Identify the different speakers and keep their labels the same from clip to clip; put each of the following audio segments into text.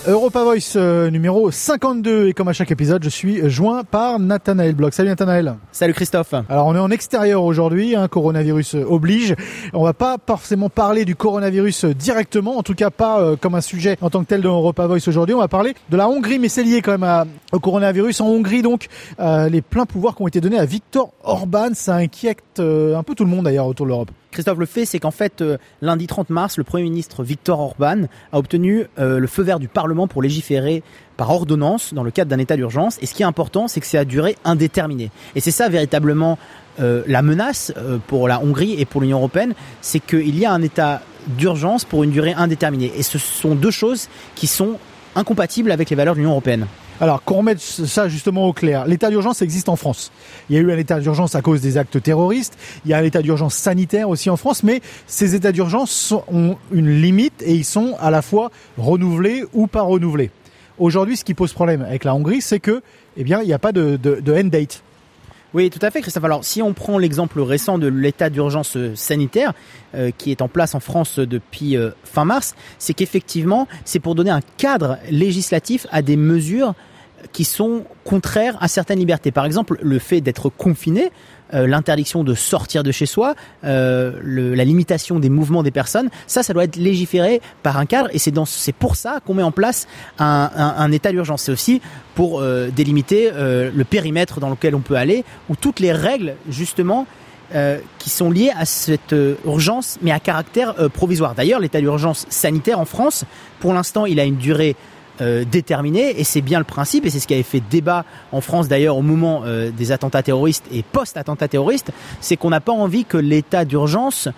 Speaker 1: Europa Voice numéro 52 et comme à chaque épisode, je suis joint par Nathanaël Bloch. Salut Nathanaël.
Speaker 2: Salut Christophe.
Speaker 1: Alors on est en extérieur aujourd'hui, coronavirus oblige. On va pas forcément parler du coronavirus directement, en tout cas pas comme un sujet en tant que tel dans Europa Voice aujourd'hui. On va parler de la Hongrie, mais c'est lié quand même au coronavirus. En Hongrie donc, les pleins pouvoirs qui ont été donnés à Viktor Orban, ça inquiète un peu tout le monde d'ailleurs autour de l'Europe.
Speaker 2: Christophe, le fait c'est qu'en fait, lundi 30 mars, le Premier ministre Viktor Orban a obtenu le feu vert du Parlement pour légiférer par ordonnance dans le cadre d'un état d'urgence. Et ce qui est important, c'est que c'est à durée indéterminée. Et c'est ça véritablement la menace pour la Hongrie et pour l'Union européenne, c'est qu'il y a un état d'urgence pour une durée indéterminée. Et ce sont deux choses qui sont incompatibles avec les valeurs de l'Union européenne.
Speaker 1: Alors, qu'on remette ça justement au clair, l'état d'urgence existe en France. Il y a eu un état d'urgence à cause des actes terroristes, il y a un état d'urgence sanitaire aussi en France, mais ces états d'urgence ont une limite et ils sont à la fois renouvelés ou pas renouvelés. Aujourd'hui, ce qui pose problème avec la Hongrie, c'est que, il n'y a pas de end date.
Speaker 2: Oui, tout à fait, Christophe. Alors, si on prend l'exemple récent de l'état d'urgence sanitaire qui est en place en France depuis fin mars, c'est qu'effectivement, c'est pour donner un cadre législatif à des mesures qui sont contraires à certaines libertés. Par exemple, le fait d'être confiné, l'interdiction de sortir de chez soi, la limitation des mouvements des personnes, ça doit être légiféré par un cadre et c'est pour ça qu'on met en place un état d'urgence. C'est aussi pour délimiter le périmètre dans lequel on peut aller, où toutes les règles justement qui sont liées à cette urgence mais à caractère provisoire. D'ailleurs, l'état d'urgence sanitaire en France, pour l'instant, il a une durée déterminé et c'est bien le principe et c'est ce qui avait fait débat en France d'ailleurs au moment des attentats terroristes et post-attentats terroristes, c'est qu'on n'a pas envie que l'état d'urgence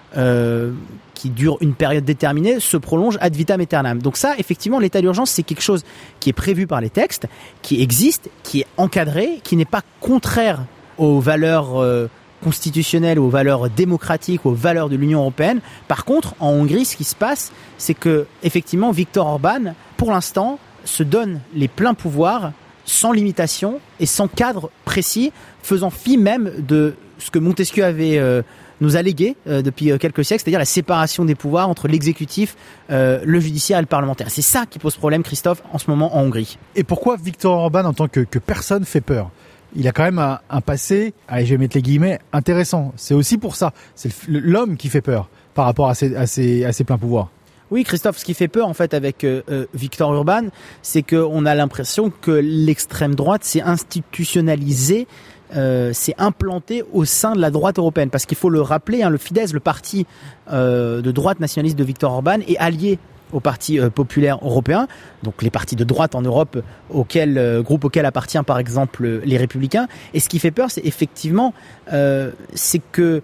Speaker 2: qui dure une période déterminée se prolonge ad vitam aeternam. Donc ça, effectivement, l'état d'urgence, c'est quelque chose qui est prévu par les textes, qui existe, qui est encadré, qui n'est pas contraire aux valeurs constitutionnelles, aux valeurs démocratiques, aux valeurs de l'Union européenne. Par contre, en Hongrie, ce qui se passe, c'est que effectivement, Viktor Orban, pour l'instant, se donne les pleins pouvoirs sans limitation et sans cadre précis, faisant fi même de ce que Montesquieu avait nous a légué depuis quelques siècles, c'est-à-dire la séparation des pouvoirs entre l'exécutif, le judiciaire et le parlementaire. C'est ça qui pose problème, Christophe, en ce moment en Hongrie.
Speaker 1: Et pourquoi Viktor Orban, en tant que personne, fait peur ? Il a quand même un passé, allez, je vais mettre les guillemets, intéressant. C'est aussi pour ça. C'est l'homme qui fait peur par rapport à ses pleins pouvoirs.
Speaker 2: Oui, Christophe, ce qui fait peur en fait avec Viktor Orban, c'est qu'on a l'impression que l'extrême droite s'est institutionnalisée, s'est implantée au sein de la droite européenne. Parce qu'il faut le rappeler, le Fidesz, le parti de droite nationaliste de Viktor Orban, est allié au Parti populaire européen, donc les partis de droite en Europe, groupe auquel appartient par exemple les Républicains. Et ce qui fait peur, c'est effectivement, c'est que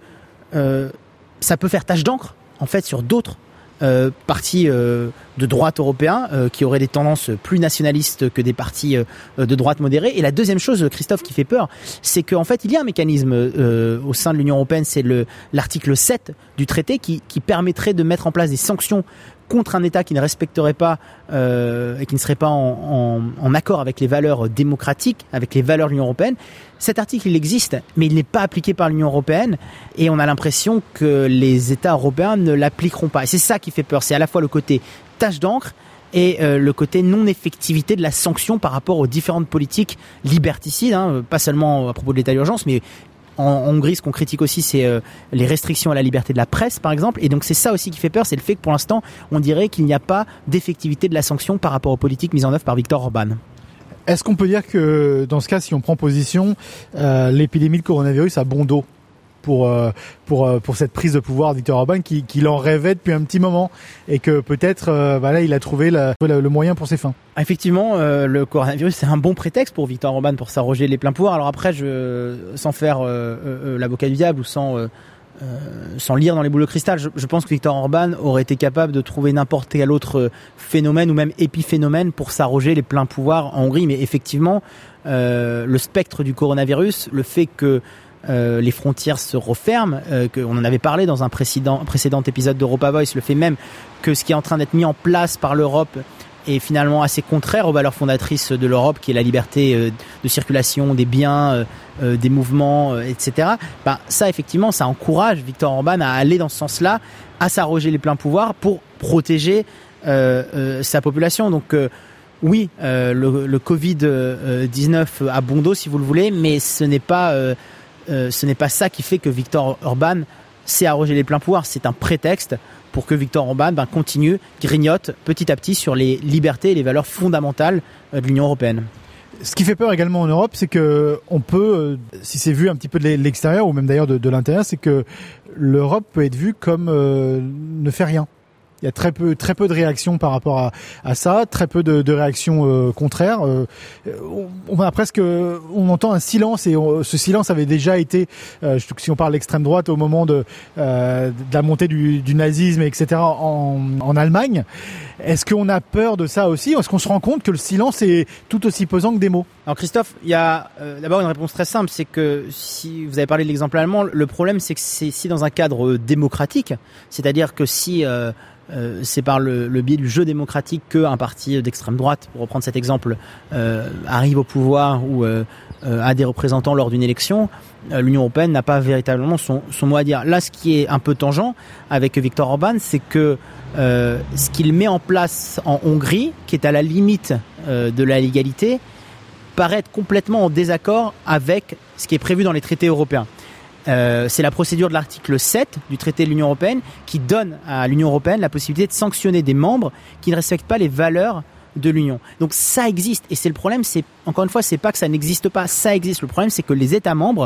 Speaker 2: ça peut faire tache d'encre en fait sur d'autres partis de droite européens qui auraient des tendances plus nationalistes que des partis de droite modérés. Et la deuxième chose, Christophe, qui fait peur, c'est qu'en fait, il y a un mécanisme au sein de l'Union européenne, c'est l'article 7 du traité qui permettrait de mettre en place des sanctions contre un État qui ne respecterait pas et qui ne serait pas en accord avec les valeurs démocratiques, avec les valeurs de l'Union européenne. Cet article, il existe, mais il n'est pas appliqué par l'Union européenne et on a l'impression que les États européens ne l'appliqueront pas. Et c'est ça qui fait peur, c'est à la fois le côté tache d'encre et le côté non-effectivité de la sanction par rapport aux différentes politiques liberticides, pas seulement à propos de l'état d'urgence, mais en Hongrie, ce qu'on critique aussi, c'est les restrictions à la liberté de la presse, par exemple. Et donc, c'est ça aussi qui fait peur, c'est le fait que pour l'instant, on dirait qu'il n'y a pas d'effectivité de la sanction par rapport aux politiques mises en œuvre par Viktor Orban.
Speaker 1: Est-ce qu'on peut dire que, dans ce cas, si on prend position, l'épidémie de coronavirus a bon dos pour cette prise de pouvoir de Viktor Orban qui en rêvait depuis un petit moment et que peut-être là il a trouvé le moyen pour ses fins.
Speaker 2: Effectivement, le coronavirus c'est un bon prétexte pour Viktor Orban pour s'arroger les pleins pouvoirs. Alors après, sans faire l'avocat du diable ou sans lire dans les boules de cristal, je pense que Viktor Orban aurait été capable de trouver n'importe quel autre phénomène ou même épiphénomène pour s'arroger les pleins pouvoirs en Hongrie. Mais effectivement, le spectre du coronavirus, le fait que les frontières se referment, qu'on en avait parlé dans un précédent épisode d'Europa Voice, le fait même que ce qui est en train d'être mis en place par l'Europe est finalement assez contraire aux valeurs fondatrices de l'Europe, qui est la liberté de circulation des biens, des mouvements, etc. Ça, effectivement, ça encourage Viktor Orban à aller dans ce sens-là, à s'arroger les pleins pouvoirs pour protéger sa population. Donc oui, le Covid-19 a bon dos si vous le voulez, mais ce n'est pas ça qui fait que Viktor Orban s'est arrogé les pleins pouvoirs. C'est un prétexte pour que Viktor Orban continue, grignote petit à petit sur les libertés et les valeurs fondamentales de l'Union européenne.
Speaker 1: Ce qui fait peur également en Europe, c'est que on peut, si c'est vu un petit peu de l'extérieur ou même d'ailleurs de l'intérieur, c'est que l'Europe peut être vue comme ne fait rien. Il y a très peu de réactions par rapport à ça, très peu de réactions contraires. On entend un silence et ce silence avait déjà été, si on parle de l'extrême droite, au moment de la montée du nazisme, etc. en Allemagne. Est-ce qu'on a peur de ça aussi? Est-ce qu'on se rend compte que le silence est tout aussi pesant que des mots?
Speaker 2: Alors Christophe, il y a d'abord une réponse très simple, c'est que si vous avez parlé de l'exemple allemand, le problème c'est que c'est si dans un cadre démocratique, c'est-à-dire que si c'est par le biais du jeu démocratique qu'un parti d'extrême droite, pour reprendre cet exemple, arrive au pouvoir ou a des représentants lors d'une élection, l'Union européenne n'a pas véritablement son mot à dire. Là, ce qui est un peu tangent avec Viktor Orban, c'est que ce qu'il met en place en Hongrie, qui est à la limite de la légalité, paraît être complètement en désaccord avec ce qui est prévu dans les traités européens. C'est la procédure de l'article 7 du traité de l'Union européenne qui donne à l'Union européenne la possibilité de sanctionner des membres qui ne respectent pas les valeurs de l'Union. Donc ça existe, et c'est le problème, c'est encore une fois, c'est pas que ça n'existe pas, ça existe. Le problème, c'est que les États membres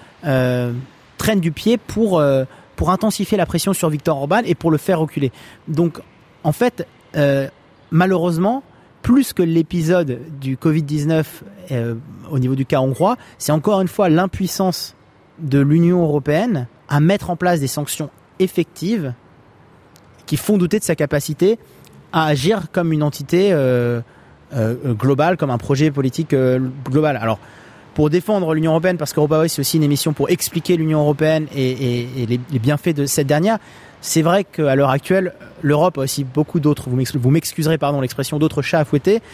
Speaker 2: traînent du pied pour intensifier la pression sur Viktor Orban et pour le faire reculer. Donc en fait, malheureusement, plus que l'épisode du Covid-19 au niveau du cas hongrois, c'est encore une fois l'impuissance de l'Union européenne à mettre en place des sanctions effectives qui font douter de sa capacité à agir comme une entité globale, comme un projet politique global. Alors, pour défendre l'Union européenne, parce qu'Europa Voice, c'est aussi une émission pour expliquer l'Union européenne et les bienfaits de cette dernière, c'est vrai qu'à l'heure actuelle, l'Europe a aussi beaucoup d'autres, vous m'excuserez, l'expression d'autres chats à fouetter,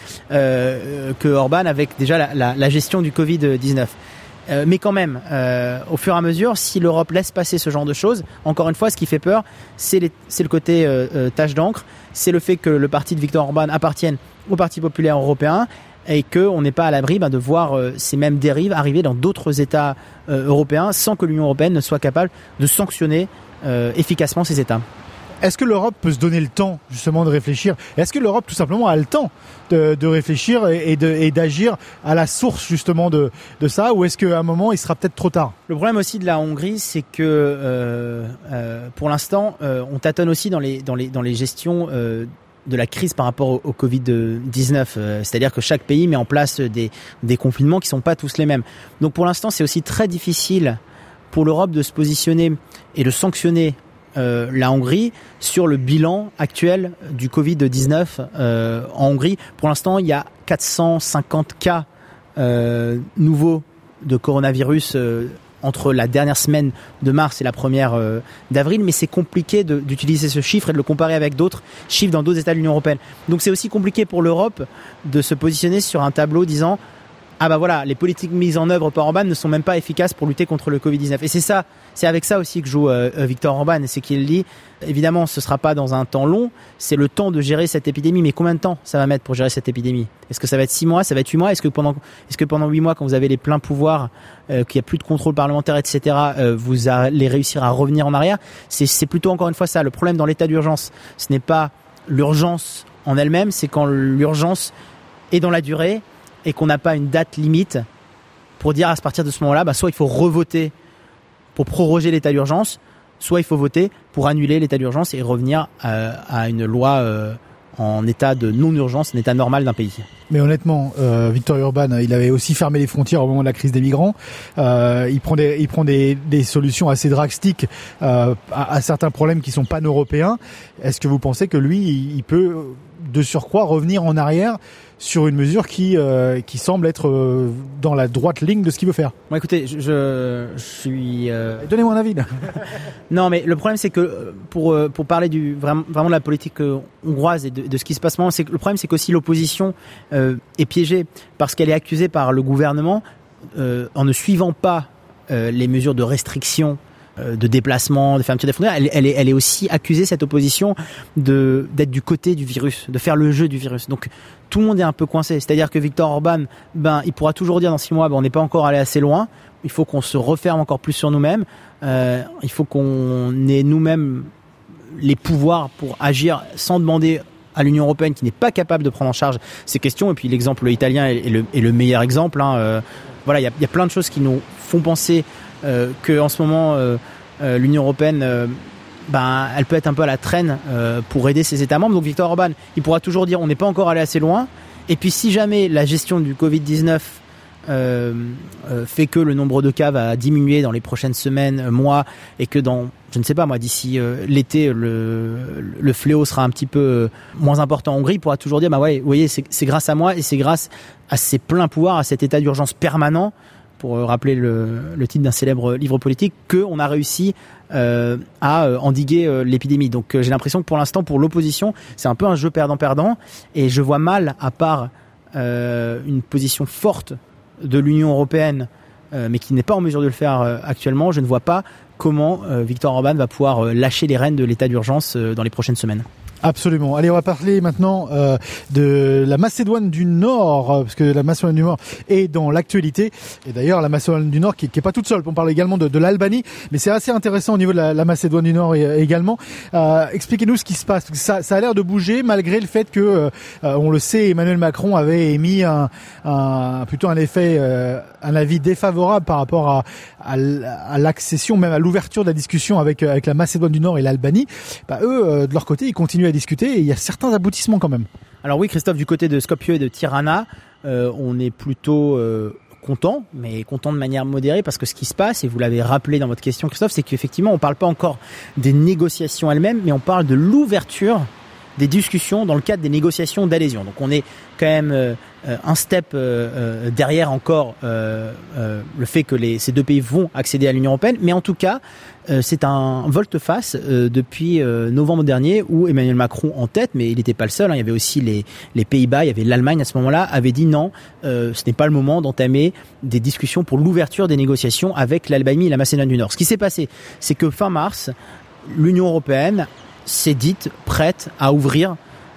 Speaker 2: que Orban avec déjà la gestion du Covid-19. Mais quand même, au fur et à mesure, si l'Europe laisse passer ce genre de choses, encore une fois, ce qui fait peur, c'est le côté tache d'encre, c'est le fait que le parti de Viktor Orban appartienne au Parti populaire européen et qu'on n'est pas à l'abri de voir ces mêmes dérives arriver dans d'autres États européens sans que l'Union européenne ne soit capable de sanctionner efficacement ces États.
Speaker 1: Est-ce que l'Europe peut se donner le temps justement de réfléchir? Est-ce que l'Europe tout simplement a le temps de réfléchir et d'agir à la source justement de ça, ou est-ce qu'à un moment il sera peut-être trop tard?
Speaker 2: Le problème aussi de la Hongrie, c'est que pour l'instant on tâtonne aussi dans les gestions de la crise par rapport au Covid-19. C'est-à-dire que chaque pays met en place des confinements qui sont pas tous les mêmes. Donc pour l'instant, c'est aussi très difficile pour l'Europe de se positionner et de sanctionner la Hongrie sur le bilan actuel du Covid-19 en Hongrie. Pour l'instant, il y a 450 cas nouveaux de coronavirus entre la dernière semaine de mars et la première d'avril, mais c'est compliqué d'utiliser ce chiffre et de le comparer avec d'autres chiffres dans d'autres États de l'Union européenne. Donc c'est aussi compliqué pour l'Europe de se positionner sur un tableau disant « Ah bah voilà, les politiques mises en œuvre par Orban ne sont même pas efficaces pour lutter contre le Covid-19 ». Et c'est avec ça aussi que joue Viktor Orban, c'est qu'il dit, évidemment, ce sera pas dans un temps long, c'est le temps de gérer cette épidémie. Mais combien de temps ça va mettre pour gérer cette épidémie? Est-ce que ça va être 6 mois, ça va être 8 mois? Est-ce que pendant 8 mois, quand vous avez les pleins pouvoirs, qu'il n'y a plus de contrôle parlementaire, etc., vous allez réussir à revenir en arrière? C'est plutôt encore une fois ça. Le problème dans l'état d'urgence, ce n'est pas l'urgence en elle-même, c'est quand l'urgence est dans la durée et qu'on n'a pas une date limite pour dire à partir de ce moment-là, soit il faut revoter pour proroger l'état d'urgence, soit il faut voter pour annuler l'état d'urgence et revenir à une loi en état de non-urgence, un état normal d'un pays.
Speaker 1: Mais honnêtement, Viktor Orban, il avait aussi fermé les frontières au moment de la crise des migrants. Il prend des solutions assez drastiques à certains problèmes qui sont pan-européens. Est-ce que vous pensez que lui, il peut de surcroît revenir en arrière sur une mesure qui semble être dans la droite ligne de ce qu'il veut faire?
Speaker 2: Bon, écoutez, je suis...
Speaker 1: Donnez-moi un avis.
Speaker 2: Non, mais le problème, c'est que pour parler vraiment de la politique hongroise et de ce qui se passe maintenant, le problème, c'est qu'aussi l'opposition est piégée parce qu'elle est accusée par le gouvernement en ne suivant pas les mesures de restriction de déplacement, de fermeture des frontières, elle est aussi accusée, cette opposition, d'être du côté du virus, de faire le jeu du virus. Donc tout le monde est un peu coincé. C'est-à-dire que Viktor Orban, il pourra toujours dire dans 6 mois, on n'est pas encore allé assez loin. Il faut qu'on se referme encore plus sur nous-mêmes. Il faut qu'on ait nous-mêmes les pouvoirs pour agir sans demander à l'Union européenne, qui n'est pas capable de prendre en charge ces questions. Et puis l'exemple italien est le meilleur exemple. Voilà, il y a plein de choses qui nous font penser que en ce moment l'Union européenne elle peut être un peu à la traîne pour aider ses États membres. Donc Viktor Orban, il pourra toujours dire on n'est pas encore allé assez loin. Et puis si jamais la gestion du Covid-19 fait que le nombre de cas va diminuer dans les prochaines semaines, mois, et que je ne sais pas moi, d'ici l'été, le fléau sera un petit peu moins important en Hongrie, il pourra toujours dire vous voyez, c'est grâce à moi et c'est grâce à ces pleins pouvoirs, à cet état d'urgence permanent, pour rappeler le titre d'un célèbre livre politique, qu'on a réussi à endiguer l'épidémie. Donc j'ai l'impression que pour l'instant, pour l'opposition, c'est un peu un jeu perdant-perdant, et je vois mal, à part une position forte de l'Union européenne, mais qui n'est pas en mesure de le faire actuellement, je ne vois pas comment Viktor Orban va pouvoir lâcher les rênes de l'état d'urgence dans les prochaines semaines.
Speaker 1: Absolument. Allez, on va parler maintenant de la Macédoine du Nord, parce que la Macédoine du Nord est dans l'actualité. Et d'ailleurs, la Macédoine du Nord qui est pas toute seule. On parle également de l'Albanie, mais c'est assez intéressant au niveau de la Macédoine du Nord également. Expliquez-nous ce qui se passe. Ça a l'air de bouger malgré le fait que, on le sait, Emmanuel Macron avait émis plutôt un avis défavorable par rapport à l'accession, même à l'ouverture de la discussion avec la Macédoine du Nord et l'Albanie. Eux, de leur côté, ils continuent à discuter, et il y a certains aboutissements quand même.
Speaker 2: Alors oui, Christophe, du côté de Skopje et de Tirana, on est plutôt content, mais content de manière modérée, parce que ce qui se passe, et vous l'avez rappelé dans votre question, Christophe, c'est qu'effectivement on ne parle pas encore des négociations elles-mêmes, mais on parle de l'ouverture des discussions dans le cadre des négociations d'adhésion. Donc on est quand même un step derrière encore le fait que ces deux pays vont accéder à l'Union européenne, mais en tout cas c'est un volte-face depuis novembre dernier, où Emmanuel Macron en tête, mais il n'était pas le seul, il y avait aussi les Pays-Bas, il y avait l'Allemagne à ce moment-là, avait dit non, ce n'est pas le moment d'entamer des discussions pour l'ouverture des négociations avec l'Albanie et la Macédoine du Nord. Ce qui s'est passé, c'est que fin mars, l'Union européenne s'est dite prête à ouvrir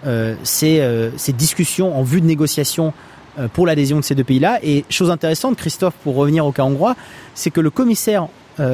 Speaker 2: ces discussions en vue de négociation pour l'adhésion de ces deux pays-là. Et chose intéressante, Christophe, pour revenir au cas hongrois, c'est que le commissaire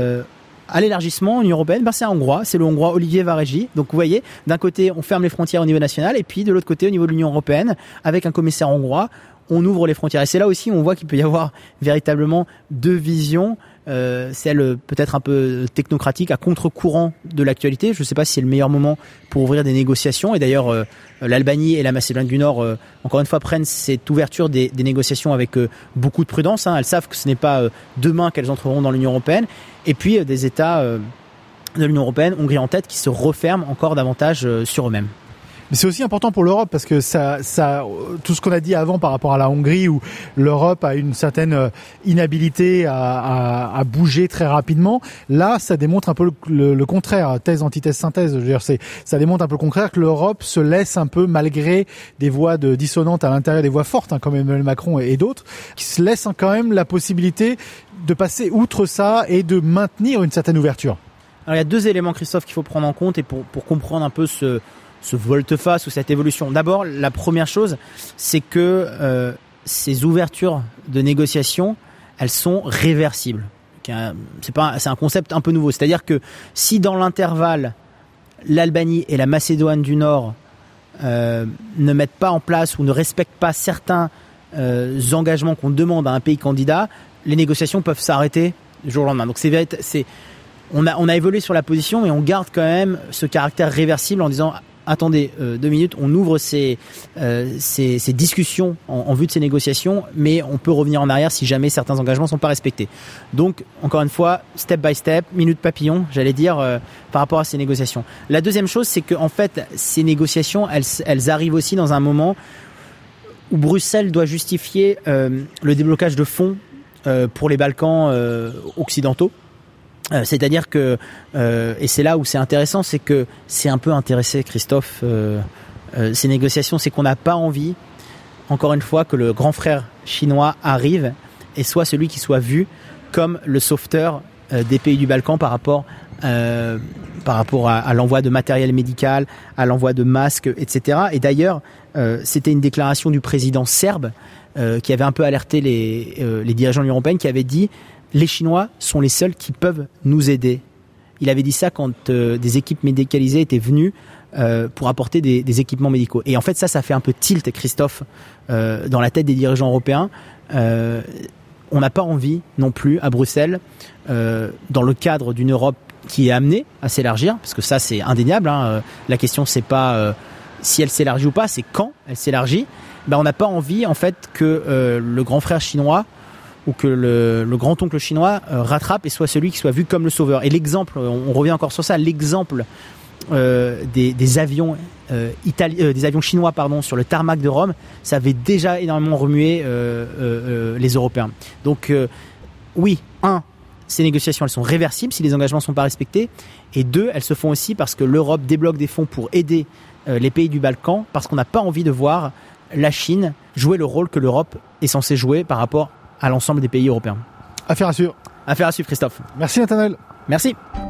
Speaker 2: à l'élargissement, Union européenne, c'est un Hongrois, c'est le Hongrois Olivier Várhelyi. Donc vous voyez, d'un côté, on ferme les frontières au niveau national, et puis de l'autre côté, au niveau de l'Union européenne, avec un commissaire hongrois, on ouvre les frontières. Et c'est là aussi où on voit qu'il peut y avoir véritablement deux visions, celle peut-être un peu technocratique, à contre-courant de l'actualité. Je ne sais pas si c'est le meilleur moment pour ouvrir des négociations. Et d'ailleurs, l'Albanie et la Macédoine du Nord, encore une fois, prennent cette ouverture des négociations avec beaucoup de prudence. Elles savent que ce n'est pas demain qu'elles entreront dans l'Union européenne. Et puis des États de l'Union européenne, Hongrie en tête, qui se referment encore davantage sur eux-mêmes.
Speaker 1: Mais c'est aussi important pour l'Europe, parce que ça, tout ce qu'on a dit avant par rapport à la Hongrie, où l'Europe a une certaine inhabilité à bouger très rapidement. Là, ça démontre un peu le contraire, thèse, antithèse, synthèse. Je veux dire, ça démontre un peu le contraire, que l'Europe se laisse un peu, malgré des voix dissonantes à l'intérieur, des voix fortes, comme Emmanuel Macron et d'autres, qui se laissent quand même la possibilité de passer outre ça et de maintenir une certaine ouverture.
Speaker 2: Alors il y a deux éléments, Christophe, qu'il faut prendre en compte, et pour comprendre un peu ce volte-face ou cette évolution. D'abord, la première chose, c'est que ces ouvertures de négociation, elles sont réversibles. C'est un concept un peu nouveau. C'est-à-dire que si dans l'intervalle, l'Albanie et la Macédoine du Nord ne mettent pas en place ou ne respectent pas certains engagements qu'on demande à un pays candidat, les négociations peuvent s'arrêter du jour au lendemain. Donc on a évolué sur la position, mais on garde quand même ce caractère réversible en disant attendez 2 minutes, on ouvre ces discussions en vue de ces négociations, mais on peut revenir en arrière si jamais certains engagements ne sont pas respectés. Donc, encore une fois, step by step, minute papillon, j'allais dire, par rapport à ces négociations. La deuxième chose, c'est que en fait, ces négociations, elles arrivent aussi dans un moment où Bruxelles doit justifier le déblocage de fonds pour les Balkans occidentaux. C'est-à-dire que, et c'est là où c'est intéressant, c'est que c'est un peu intéressé, Christophe, ces négociations, c'est qu'on n'a pas envie, encore une fois, que le grand frère chinois arrive et soit celui qui soit vu comme le sauveteur des pays du Balkan par rapport à l'envoi de matériel médical, à l'envoi de masques, etc. Et d'ailleurs, c'était une déclaration du président serbe qui avait un peu alerté les dirigeants de l'Union européenne, qui avait dit « Les Chinois sont les seuls qui peuvent nous aider ». Il avait dit ça quand des équipes médicalisées étaient venues pour apporter des équipements médicaux. Et en fait, ça fait un peu tilt, Christophe, dans la tête des dirigeants européens. On n'a pas envie non plus à Bruxelles, dans le cadre d'une Europe qui est amenée à s'élargir, parce que ça c'est indéniable, hein. La question c'est pas si elle s'élargit ou pas, c'est quand elle s'élargit. On n'a pas envie en fait que le grand frère chinois ou que le grand-oncle chinois rattrape et soit celui qui soit vu comme le sauveur. Et l'exemple, on revient encore sur ça, l'exemple des avions des avions chinois sur le tarmac de Rome, ça avait déjà énormément remué les Européens. Donc oui, ces négociations elles sont réversibles si les engagements ne sont pas respectés, et 2, elles se font aussi parce que l'Europe débloque des fonds pour aider les pays du Balkan, parce qu'on n'a pas envie de voir la Chine jouer le rôle que l'Europe est censée jouer par rapport à l'ensemble des pays européens.
Speaker 1: Affaire à suivre.
Speaker 2: Affaire à suivre, Christophe.
Speaker 1: Merci Nathanaël.
Speaker 2: Merci.